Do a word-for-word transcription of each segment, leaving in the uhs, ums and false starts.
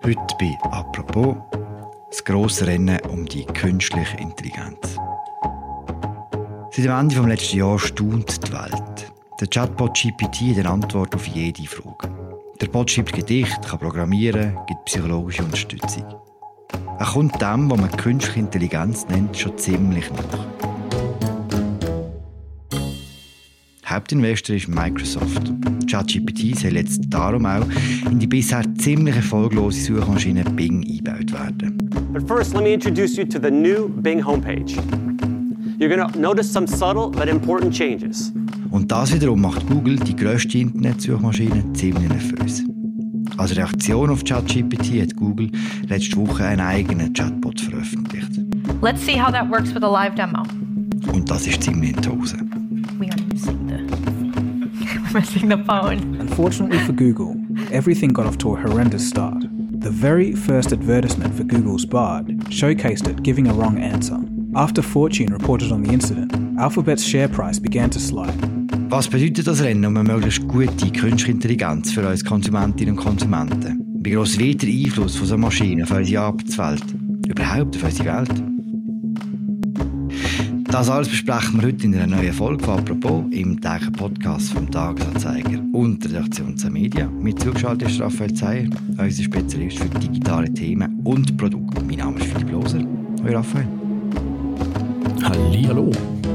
Heute bei «Apropos» das grosse Rennen um die künstliche Intelligenz. Seit dem Ende des letzten Jahres staunt die Welt. Der Chatbot G P T hat eine Antwort auf jede Frage. Der Bot schreibt Gedichte, kann programmieren, gibt psychologische Unterstützung. Er kommt dem, was man künstliche Intelligenz nennt, schon ziemlich nach. Hauptinvestor ist Microsoft. ChatGPT soll jetzt darum auch in die bisher ziemlich erfolglose Suchmaschine Bing eingebaut werden. But first, let me introduce you to the new Bing homepage. You're going to notice some subtle but important changes. Und das wiederum macht Google, die grösste Internetsuchmaschine, ziemlich nervös. Als Reaktion auf ChatGPT hat Google letzte Woche einen eigenen Chatbot veröffentlicht. Let's see how that works with a live demo. Und das ist ziemlich in die Hose. We are missing the... We're missing the phone. Unfortunately for Google, everything got off to a horrendous start. The very first advertisement for Google's Bard showcased it giving a wrong answer. After Fortune reported on the incident, Alphabet's share price began to slide. Was bedeutet das Rennen um eine möglichst gute künstliche Intelligenz für uns Konsumentinnen und Konsumenten? Wie gross wird der Einfluss von so Maschinen auf unsere Arbeitswelt? Überhaupt auf unsere Welt? Das alles besprechen wir heute in einer neuen Folge von «Apropos» im täglichen Podcast vom Tagesanzeiger und der Redaktion der Media. Mit zugeschaltet ist Raphael Zeyer, unser Spezialist für digitale Themen und Produkte. Mein Name ist Philipp Loser. Hallo Raphael. Hallihallo.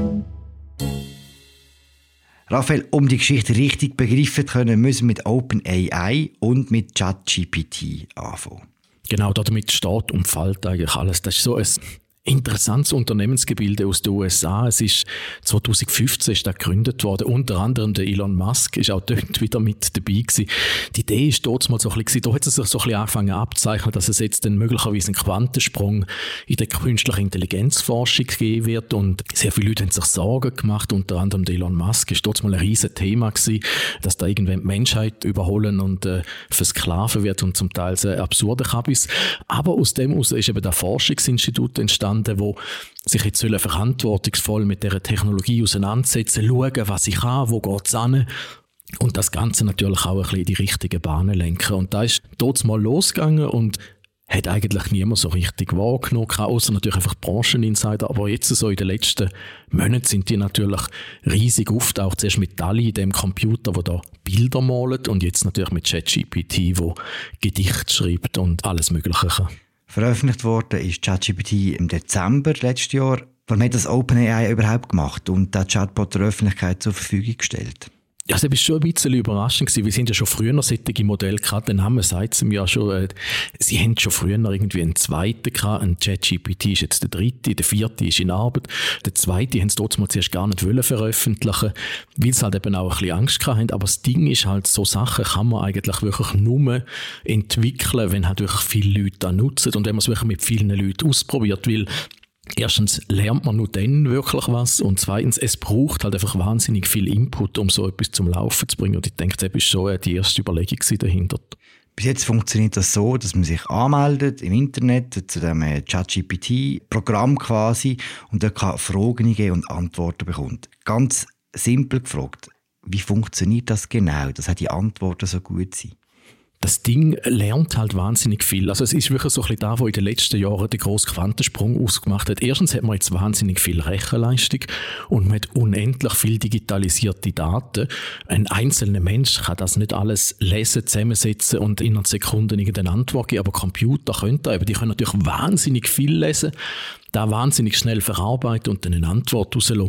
Raphael, um die Geschichte richtig begreifen zu können, müssen wir mit OpenAI und mit ChatGPT anfangen. Genau, damit steht und fällt eigentlich alles. Das ist so ein interessantes Unternehmensgebilde aus den U S A. Es ist zwanzig fünfzehn ist das gegründet worden. Unter anderem der Elon Musk ist auch dort wieder mit dabei gewesen. Die Idee ist dort mal so ein bisschen, da hat es sich so ein bisschen angefangen abzuzeichnen, dass es jetzt dann möglicherweise einen Quantensprung in der künstlichen Intelligenzforschung geben wird. Und sehr viele Leute haben sich Sorgen gemacht. Unter anderem der Elon Musk ist dort mal ein riesen Thema gewesen, dass da irgendwann die Menschheit überholen und äh, versklaven wird und zum Teil sehr absurde Kabis. Aber aus dem heraus ist eben das Forschungsinstitut entstanden, wo sich jetzt verantwortungsvoll mit dieser Technologie auseinandersetzen, schauen, was ich kann, wo geht es hin. Und das Ganze natürlich auch ein bisschen in die richtigen Bahnen lenken. Und da ist dort mal losgegangen und hat eigentlich niemand so richtig wahrgenommen, außer natürlich einfach Brancheninsider. Aber jetzt so in den letzten Monaten sind die natürlich riesig auftaucht. Zuerst mit DALL-E, dem Computer, der da Bilder malt, und jetzt natürlich mit ChatGPT, der Gedichte schreibt und alles Mögliche kann. Veröffentlicht worden ist ChatGPT im Dezember letztes Jahr. Warum hat das OpenAI überhaupt gemacht und den Chatbot der Öffentlichkeit zur Verfügung gestellt? Ja, das war schon ein bisschen überraschend gewesen. Wir sind ja schon früher solche Modelle gehabt. Der Name sagt es mir ja schon. Äh, sie haben schon früher irgendwie einen zweiten gehabt. Ein ChatGPT ist jetzt der dritte, der vierte ist in Arbeit. Der zweite haben sie trotzdem zuerst gar nicht wollen veröffentlichen, weil sie halt eben auch ein bisschen Angst gehabt haben. Aber das Ding ist halt, so Sachen kann man eigentlich wirklich nur entwickeln, wenn halt wirklich viele Leute das nutzen und wenn man es wirklich mit vielen Leuten ausprobiert, weil erstens lernt man nur dann wirklich was und zweitens, es braucht halt einfach wahnsinnig viel Input, um so etwas zum Laufen zu bringen. Und ich denke, das war schon die erste Überlegung dahinter. Bis jetzt funktioniert das so, dass man sich anmeldet im Internet zu dem ChatGPT-Programm quasi und dort kann Fragen geben und Antworten bekommt. Ganz simpel gefragt, wie funktioniert das genau, dass die Antworten so gut sind? Das Ding lernt halt wahnsinnig viel. Also es ist wirklich so ein bisschen da, wo in den letzten Jahren der grosse Quantensprung ausgemacht hat. Erstens hat man jetzt wahnsinnig viel Rechenleistung und man hat unendlich viel digitalisierte Daten. Ein einzelner Mensch kann das nicht alles lesen, zusammensetzen und in einer Sekunde irgendeine Antwort geben, aber Computer können das eben. Die können natürlich wahnsinnig viel lesen, da wahnsinnig schnell verarbeiten und dann eine Antwort rauslassen.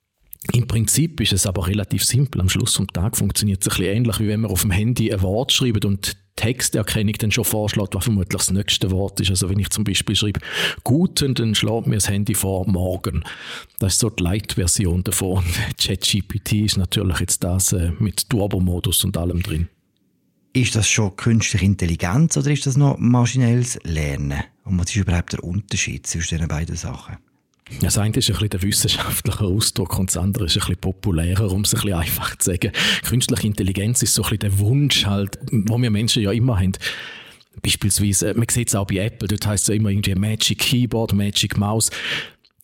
Im Prinzip ist es aber relativ simpel. Am Schluss des Tages funktioniert es ein bisschen ähnlich, wie wenn man auf dem Handy ein Wort schreibt und Texterkennung dann schon vorschlägt, was vermutlich das nächste Wort ist. Also wenn ich zum Beispiel schreibe «Guten», dann schlägt mir das Handy vor «Morgen». Das ist so die Light-Version davon. ChatGPT ist natürlich jetzt das äh, mit Turbo-Modus und allem drin. Ist das schon künstliche Intelligenz oder ist das noch maschinelles Lernen? Und was ist überhaupt der Unterschied zwischen diesen beiden Sachen? Das eine ist ein bisschen der wissenschaftliche Ausdruck und das andere ist ein bisschen populärer, um es ein bisschen einfach zu sagen. Künstliche Intelligenz ist so ein bisschen der Wunsch, halt, den wir Menschen ja immer haben. Beispielsweise, man sieht es auch bei Apple, dort heisst es ja immer irgendwie Magic Keyboard, Magic Mouse.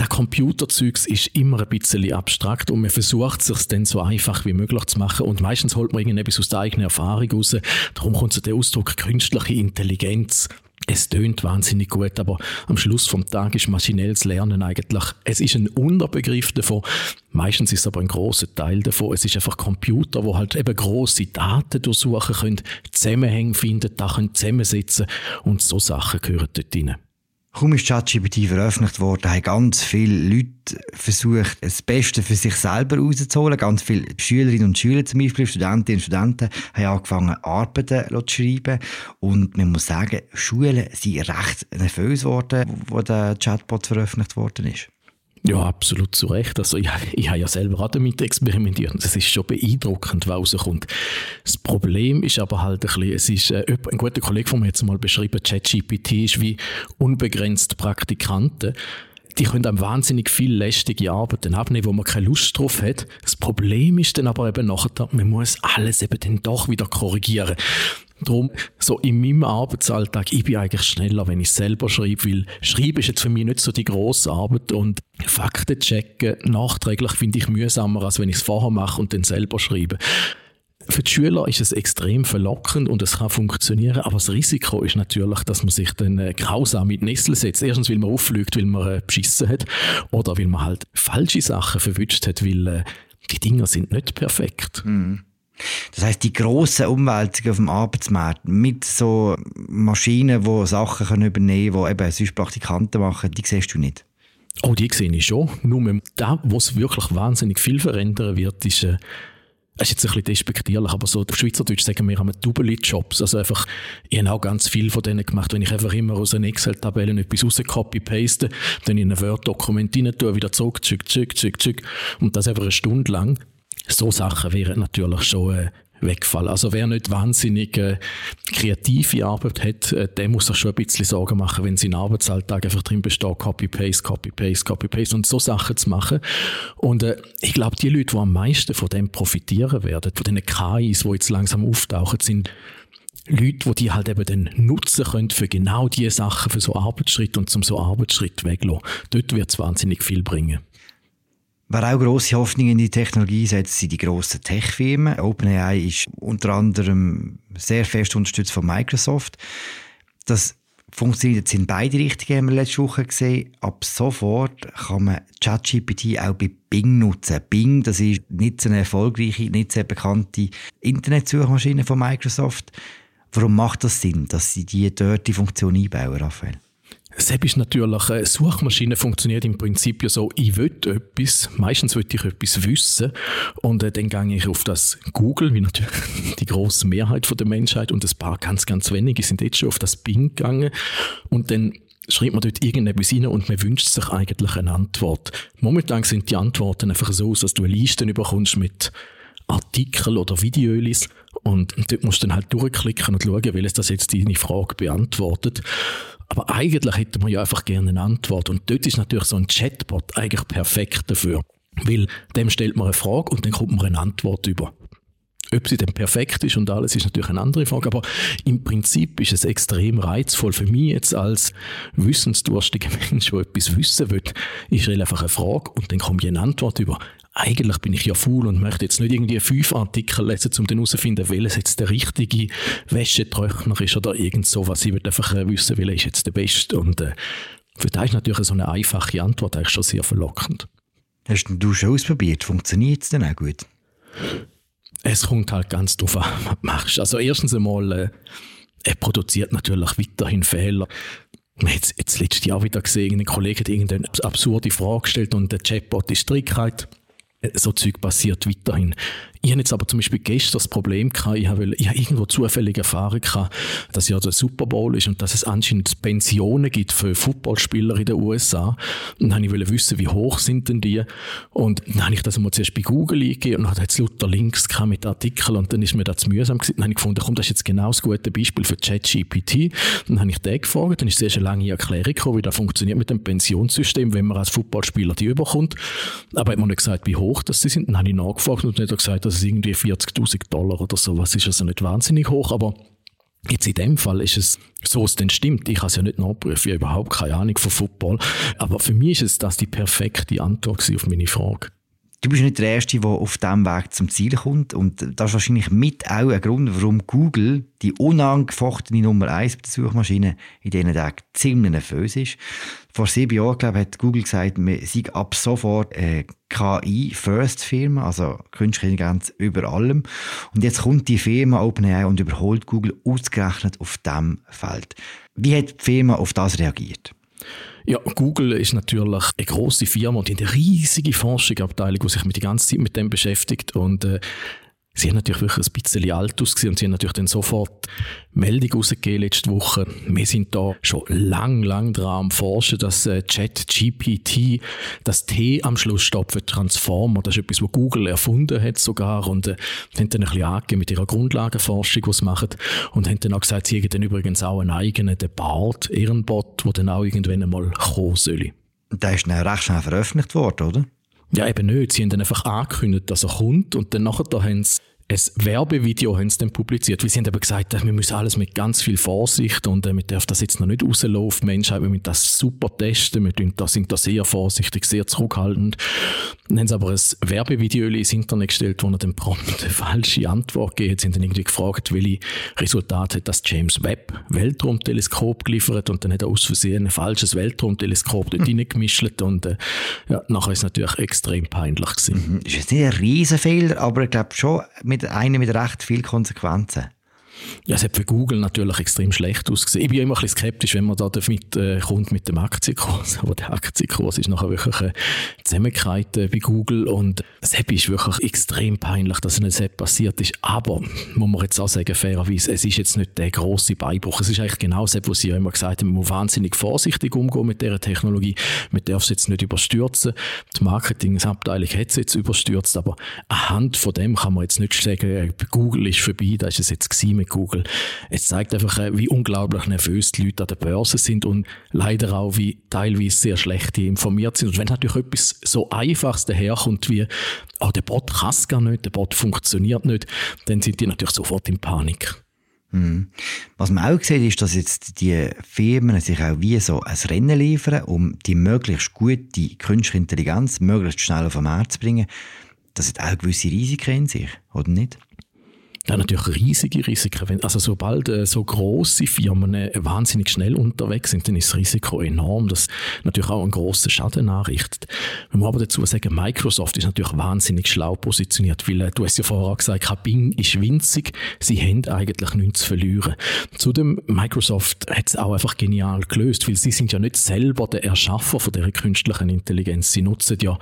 das Computerzeugs ist immer ein bisschen abstrakt und man versucht es sich dann so einfach wie möglich zu machen und meistens holt man irgendetwas aus der eigenen Erfahrung raus. Darum kommt so der Ausdruck künstliche Intelligenz. Es tönt wahnsinnig gut, aber am Schluss vom Tag ist maschinelles Lernen eigentlich, es ist ein Unterbegriff davon, meistens ist es aber ein grosser Teil davon, es ist einfach Computer, wo halt eben grosse Daten durchsuchen können, Zusammenhänge finden, da können zusammensetzen und so Sachen gehören dort rein. Kaum ist ChatGPT veröffentlicht worden, haben ganz viele Leute versucht, das Beste für sich selber rauszuholen. Ganz viele Schülerinnen und Schüler, zum Beispiel Studentinnen und Studenten, haben angefangen, Arbeiten zu schreiben. Und man muss sagen, Schulen sind recht nervös geworden, wo der Chatbot veröffentlicht worden ist. Ja, absolut zu Recht. Also ich, ich habe ja selber auch damit experimentiert. Es ist schon beeindruckend, was rauskommt. Das Problem ist aber halt ein bisschen, es ist, äh, ein guter Kollege von mir hat es mal beschrieben, ChatGPT ist wie unbegrenzt Praktikanten. Die können einem wahnsinnig viel lästige Arbeiten abnehmen, wo man keine Lust drauf hat. Das Problem ist dann aber eben nachher, man muss alles eben dann doch wieder korrigieren. Darum, so in meinem Arbeitsalltag, ich bin eigentlich schneller, wenn ich selber schreibe, weil Schreiben ist jetzt für mich nicht so die grosse Arbeit und Fakten checken nachträglich finde ich mühsamer, als wenn ich es vorher mache und dann selber schreibe. Für die Schüler ist es extrem verlockend und es kann funktionieren, aber das Risiko ist natürlich, dass man sich dann äh, grausam in die Nessel setzt. Erstens, weil man auffliegt, weil man äh, beschissen hat oder weil man halt falsche Sachen verwünscht hat, weil äh, die Dinger sind nicht perfekt. Mhm. Das heisst, die grossen Umwälzungen auf dem Arbeitsmarkt mit so Maschinen, die Sachen können übernehmen können, die eben sonst Praktikanten machen, die siehst du nicht? Oh, die sehe ich schon. Nur da, wo es wirklich wahnsinnig viel verändern wird, ist, äh, das ist jetzt ein bisschen despektierlich, aber so auf Schweizerdeutsch sagen wir, haben wir Double-Jobs. Also einfach, ich habe auch ganz viel von denen gemacht, wenn ich einfach immer aus einer Excel-Tabelle etwas raus copy-paste, dann in ein Word-Dokument rein tue, wieder zurück, zurück, zurück, zurück, zurück und das einfach eine Stunde lang. So Sachen wären natürlich schon äh, wegfallen. Also wer nicht wahnsinnig äh, kreative Arbeit hat, äh, der muss sich schon ein bisschen Sorgen machen, wenn sein Arbeitsalltag einfach drin besteht, Copy-Paste, Copy-Paste, Copy-Paste und so Sachen zu machen. Und äh, ich glaube, die Leute, die am meisten von dem profitieren werden, von diesen K Is, die jetzt langsam auftauchen, sind Leute, die die halt eben dann nutzen können für genau diese Sachen, für so Arbeitsschritte und zum so Arbeitsschritt weglassen. Dort wird es wahnsinnig viel bringen. Wer auch grosse Hoffnungen in die Technologie setzt, sind die grossen Tech-Firmen. OpenAI ist unter anderem sehr fest unterstützt von Microsoft. Das funktioniert jetzt in beide Richtungen, haben wir letzte Woche gesehen. Ab sofort kann man ChatGPT auch bei Bing nutzen. Bing, das ist nicht so eine erfolgreiche, nicht sehr bekannte Internetsuchmaschine von Microsoft. Warum macht das Sinn, dass sie die dort die Funktion einbauen, Raphael? Selbst ist natürlich, eine Suchmaschine funktioniert im Prinzip ja so, ich will etwas, meistens will ich etwas wissen und äh, dann gehe ich auf das Google, wie natürlich die grosse Mehrheit von der Menschheit und ein paar ganz, ganz wenige sind jetzt schon auf das Bing gegangen und dann schreibt man dort irgendetwas rein und man wünscht sich eigentlich eine Antwort. Momentan sind die Antworten einfach so aus, dass du eine Liste bekommst mit Artikel oder Videos und dort musst du dann halt durchklicken und schauen, welches das jetzt deine Frage beantwortet. Aber eigentlich hätte man ja einfach gerne eine Antwort. Und dort ist natürlich so ein Chatbot eigentlich perfekt dafür. Weil dem stellt man eine Frage und dann kommt man eine Antwort über. Ob sie dann perfekt ist und alles, ist natürlich eine andere Frage. Aber im Prinzip ist es extrem reizvoll für mich jetzt als wissensdurstiger Mensch, der etwas wissen will. Ich stelle einfach eine Frage und dann kommt eine Antwort über. Eigentlich bin ich ja faul und möchte jetzt nicht irgendwie fünf Artikel lesen, um dann herauszufinden, welches jetzt der richtige Wäschetrockner ist oder irgend sowas. Ich will einfach wissen, welcher ist jetzt der beste. Und äh, für das ist natürlich so eine einfache Antwort eigentlich schon sehr verlockend. Hast du schon ausprobiert? Funktioniert es denn auch gut? Es kommt halt ganz drauf an, was du machst. Also erstens einmal, äh, er produziert natürlich weiterhin Fehler. Jetzt, jetzt letztes Jahr wieder gesehen, ein Kollege hat irgendeine absurde Frage gestellt und der Chatbot ist Trickheit. So Zeug passiert weiterhin. Ich habe jetzt aber zum Beispiel gestern das Problem gehabt, ich habe, ich habe irgendwo zufällig erfahren gehabt, dass ja der Super Bowl ist und dass es anscheinend Pensionen gibt für Footballspieler in den U S A. Und dann wollte ich wissen, wie hoch sind denn die? Und dann habe ich das mal zuerst bei Google eingegeben und dann hat es lauter Links gehabt mit Artikeln und dann ist mir das zu mühsam gewesen. Dann habe ich gefunden, komm, das ist jetzt genau das gute Beispiel für ChatGPT. Dann habe ich den gefragt, dann ist sehr eine lange Erklärung gekommen, wie das funktioniert mit dem Pensionssystem, wenn man als Footballspieler die überkommt. Aber er hat mir nicht gesagt, wie hoch das sie sind. Dann habe ich nachgefragt und dann hat er gesagt, das ist irgendwie vierzigtausend Dollar oder so. Was ist also nicht wahnsinnig hoch, aber Jetzt in dem Fall ist es, so es denn stimmt, ich habe es ja nicht nachgeprüft, ich habe überhaupt keine Ahnung von Football, aber für mich ist es das die perfekte Antwort auf meine Frage. Du bist nicht der Erste, der auf diesem Weg zum Ziel kommt. Und das ist wahrscheinlich mit auch ein Grund, warum Google die unangefochtene Nummer eins bei der Suchmaschine in diesen Tagen ziemlich nervös ist. Vor sieben Jahren, glaube ich, hat Google gesagt, wir sind ab sofort eine K I-First-Firma, also künstliche Intelligenz über allem. Und jetzt kommt die Firma OpenAI und überholt Google ausgerechnet auf diesem Feld. Wie hat die Firma auf das reagiert? Ja, Google ist natürlich eine grosse Firma und eine riesige Forschungsabteilung, die sich mit die ganze Zeit mit dem beschäftigt. Und äh, sie haben natürlich wirklich ein bisschen alt ausgesehen und sie haben natürlich dann sofort Meldung rausgegeben letzte Woche. Wir sind da schon lang, lang dran am Forschen, dass äh, Chat G P T, das T am Schluss steht für Transformer. Das ist etwas, was Google erfunden hat sogar und äh, haben dann ein bisschen angegeben mit ihrer Grundlagenforschung, die sie machen und haben dann auch gesagt, sie haben dann übrigens auch einen eigenen, den Bart, ihren Bot, der dann auch irgendwann einmal kommen soll. Der ist dann recht schnell veröffentlicht worden, oder? Ja, eben nicht. Sie haben dann einfach angekündigt, dass er kommt und dann nachher da haben sie ein Werbevideo haben sie dann publiziert, weil sie haben eben gesagt, wir müssen alles mit ganz viel Vorsicht und äh, wir dürfen das jetzt noch nicht rauslaufen auf die Menschheit, wir müssen das super testen, wir da sind da sehr vorsichtig, sehr zurückhaltend. Dann haben sie aber ein Werbevideo ins Internet gestellt, wo er dann prompt eine falsche Antwort gegeben hat. Sie haben dann irgendwie gefragt, welche Resultate hat das James Webb Weltraumteleskop geliefert und dann hat er aus Versehen ein falsches Weltraumteleskop dort reingemischt und äh, ja, nachher ist es natürlich extrem peinlich gewesen. Mhm. Ist jetzt nicht ein Riesenfehler, aber ich glaube schon mit einer mit recht vielen Konsequenzen. Ja, es hat für Google natürlich extrem schlecht ausgesehen. Ich bin ja immer ein bisschen skeptisch, wenn man da damit äh, kommt mit dem Aktienkurs. Aber der Aktienkurs ist nachher wirklich äh, zusammengekehrt äh, bei Google und es ist wirklich extrem peinlich, dass es nicht passiert ist. Aber, muss man jetzt auch sagen, fairerweise, es ist jetzt nicht der grosse Beinbruch. Es ist eigentlich genau das, was Sie ja immer gesagt haben, man muss wahnsinnig vorsichtig umgehen mit dieser Technologie. Man darf es jetzt nicht überstürzen. Die Marketingabteilung hat es jetzt überstürzt, aber anhand von dem kann man jetzt nicht sagen, Google ist vorbei, da ist es jetzt gewesen mit Google. Es zeigt einfach, wie unglaublich nervös die Leute an der Börse sind und leider auch, wie teilweise sehr schlecht die informiert sind. Und wenn natürlich etwas so Einfaches daherkommt wie, oh, der Bot kann es gar nicht, der Bot funktioniert nicht, dann sind die natürlich sofort in Panik. Mhm. Was man auch sieht, ist, dass jetzt die Firmen sich auch wie so ein Rennen liefern, um die möglichst gute künstliche Intelligenz möglichst schnell auf den Markt zu bringen. Das hat auch gewisse Risiken in sich, oder nicht? Ja, natürlich riesige Risiken. Also sobald äh, so grosse Firmen äh, wahnsinnig schnell unterwegs sind, dann ist das Risiko enorm, das natürlich auch einen grossen Schaden anrichtet. Man muss aber dazu sagen, Microsoft ist natürlich wahnsinnig schlau positioniert, weil äh, du hast ja vorher auch gesagt, Bing ist winzig, sie haben eigentlich nichts zu verlieren. Zudem, Microsoft hat es auch einfach genial gelöst, weil sie sind ja nicht selber der Erschaffer von dieser künstlichen Intelligenz. Sie nutzen ja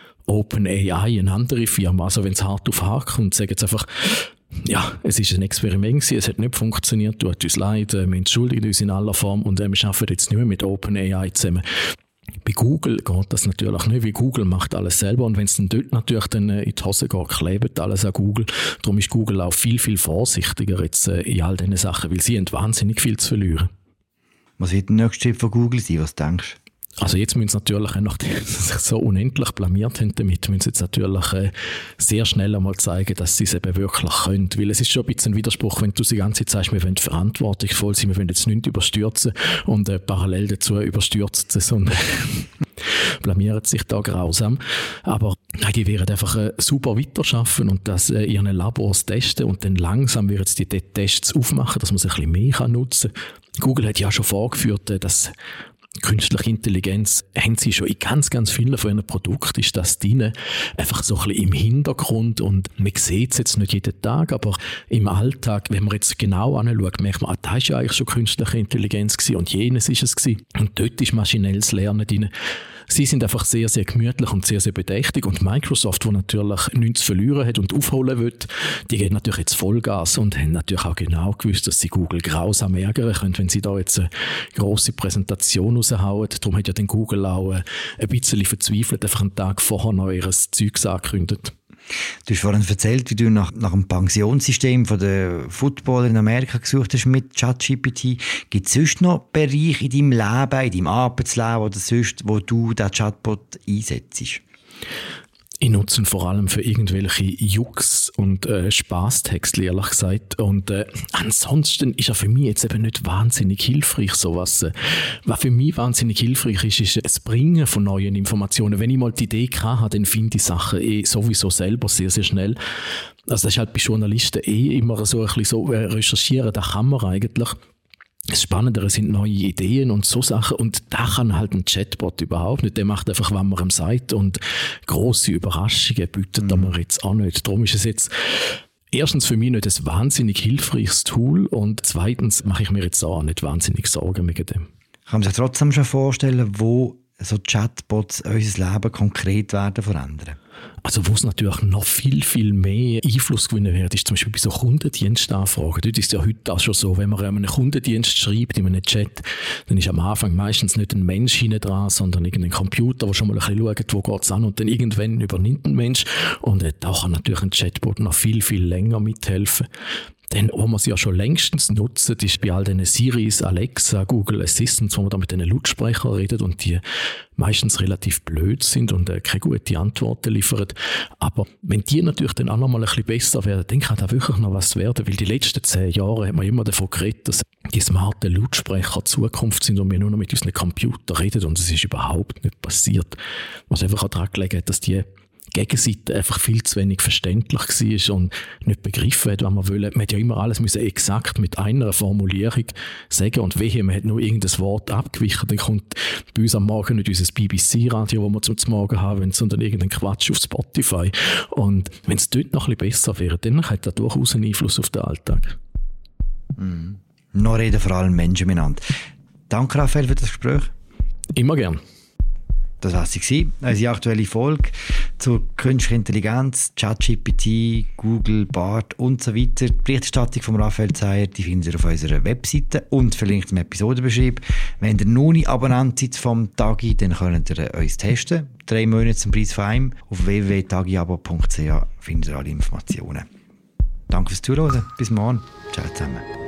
OpenAI, eine andere Firma. Also wenn es hart auf hart kommt, sagen sie einfach, ja, es ist ein Experiment gewesen, es hat nicht funktioniert, tut uns leid, wir entschuldigen uns in aller Form und wir arbeiten jetzt nicht mehr mit OpenAI zusammen. Bei Google geht das natürlich nicht, weil Google macht alles selber und wenn es dann dort natürlich dann in die Hose geht, klebt alles an Google. Darum ist Google auch viel, viel vorsichtiger jetzt in all diesen Sachen, weil sie haben wahnsinnig viel zu verlieren. Was wird der nächste Schritt von Google sein, was denkst du? Also jetzt müssen sie natürlich, nachdem sie sich so unendlich blamiert haben damit, müssen sie jetzt natürlich äh, sehr schnell einmal zeigen, dass sie es eben wirklich können. Weil es ist schon ein bisschen ein Widerspruch, wenn du die ganze Zeit sagst, wir wollen verantwortungsvoll sein, wir wollen jetzt nichts überstürzen und äh, parallel dazu überstürzen sie es und blamieren sich da grausam. Aber nein, die werden einfach äh, super weiterarbeiten und das äh, in ihren Labors testen und dann langsam werden sie die Tests aufmachen, dass man es ein bisschen mehr kann nutzen kann. Google hat ja schon vorgeführt, äh, dass künstliche Intelligenz haben sie schon in ganz, ganz vielen von ihren Produkten, ist das drin, einfach so ein bisschen im Hintergrund und man sieht es jetzt nicht jeden Tag, aber im Alltag, wenn man jetzt genau anschaut, merkt man, ah, das ist ja eigentlich schon künstliche Intelligenz gewesen und jenes ist es gewesen und dort ist maschinelles Lernen drin. Sie sind einfach sehr, sehr gemütlich und sehr, sehr bedächtig und Microsoft, wo natürlich nichts zu verlieren hat und aufholen will, die geht natürlich jetzt Vollgas und haben natürlich auch genau gewusst, dass sie Google grausam ärgern können, wenn sie da jetzt eine grosse Präsentation raushauen. Darum hat ja dann Google auch ein bisschen verzweifelt, einfach einen Tag vorher noch ihr Zeugs angekündigt. Du hast vorhin erzählt, wie du nach, nach dem Pensionssystem der Footballer in Amerika gesucht hast mit ChatGPT. Gibt es sonst noch Bereiche in deinem Leben, in deinem Arbeitsleben oder sonst, wo du den Chatbot einsetzt? Ich nutze ihn vor allem für irgendwelche Jux- und äh, Spaßtexte, ehrlich gesagt. Und äh, ansonsten ist er für mich jetzt eben nicht wahnsinnig hilfreich, sowas. Äh, was für mich wahnsinnig hilfreich ist, ist das Bringen von neuen Informationen. Wenn ich mal die Idee hatte, dann finde ich Sachen eh sowieso selber sehr, sehr schnell. Also das ist halt bei Journalisten eh immer so ein bisschen so, äh, recherchieren, da kann man eigentlich. Das Spannendere sind neue Ideen und so Sachen, und da kann halt ein Chatbot überhaupt nicht. Der macht einfach, was man ihm sagt, und grosse Überraschungen bietet er mir jetzt auch nicht. Darum ist es jetzt erstens für mich nicht ein wahnsinnig hilfreiches Tool, und zweitens mache ich mir jetzt auch nicht wahnsinnig Sorgen wegen dem. Kann man sich trotzdem schon vorstellen, wo so Chatbots unser Leben konkret werden verändern? Also wo es natürlich noch viel, viel mehr Einfluss gewinnen wird, ist zum Beispiel bei so Kundendienstanfragen. Dort ist es ja heute auch schon so, wenn man einen Kundendienst schreibt, in einem Chat, dann ist am Anfang meistens nicht ein Mensch hinten dran, sondern irgendein Computer, der schon mal ein bisschen schaut, wo geht es an, und dann irgendwann übernimmt ein Mensch. Und äh, da kann natürlich ein Chatbot noch viel, viel länger mithelfen. Denn wo man sie ja schon längstens nutzt, ist bei all diesen Siris, Alexa, Google Assistants, wo man da mit diesen Lautsprechern redet und die meistens relativ blöd sind und äh, keine gute Antworten liefern. Aber wenn die natürlich dann auch noch mal ein bisschen besser werden, dann kann da wirklich noch was werden, weil die letzten zehn Jahre hat man immer davon geredet, dass die smarten Lautsprecher Zukunft sind und wir nur noch mit unseren Computern reden, und es ist überhaupt nicht passiert. Was einfach auch daran gelegen hat, dass die Gegenseite einfach viel zu wenig verständlich war und nicht begriffen hat, was man will. Man hat ja immer alles müssen exakt mit einer Formulierung sagen, und wehe, man hat nur irgendein Wort abgewichen, dann kommt bei uns am Morgen nicht unser B B C-Radio, das wir zum Morgen haben, sondern irgendein Quatsch auf Spotify. Und wenn es dort noch ein bisschen besser wäre, dann hat das durchaus einen Einfluss auf den Alltag. Mhm. Noch reden vor allem Menschen miteinander. Danke, Raphael, für das Gespräch. Immer gern. Das war sie, unsere aktuelle Folge zur künstlichen Intelligenz, ChatGPT, Google, Bard und so weiter. Die Berichterstattung von Raphael Zeyer, die findet ihr auf unserer Webseite und verlinkt im Episodenbeschrieb. Wenn ihr noch nicht Abonnent seid vom Tagi, dann könnt ihr uns testen. Drei Monate zum Preis von einem. Auf w w w punkt tagiabo punkt c h findet ihr alle Informationen. Danke fürs Zuhören. Bis morgen. Ciao zusammen.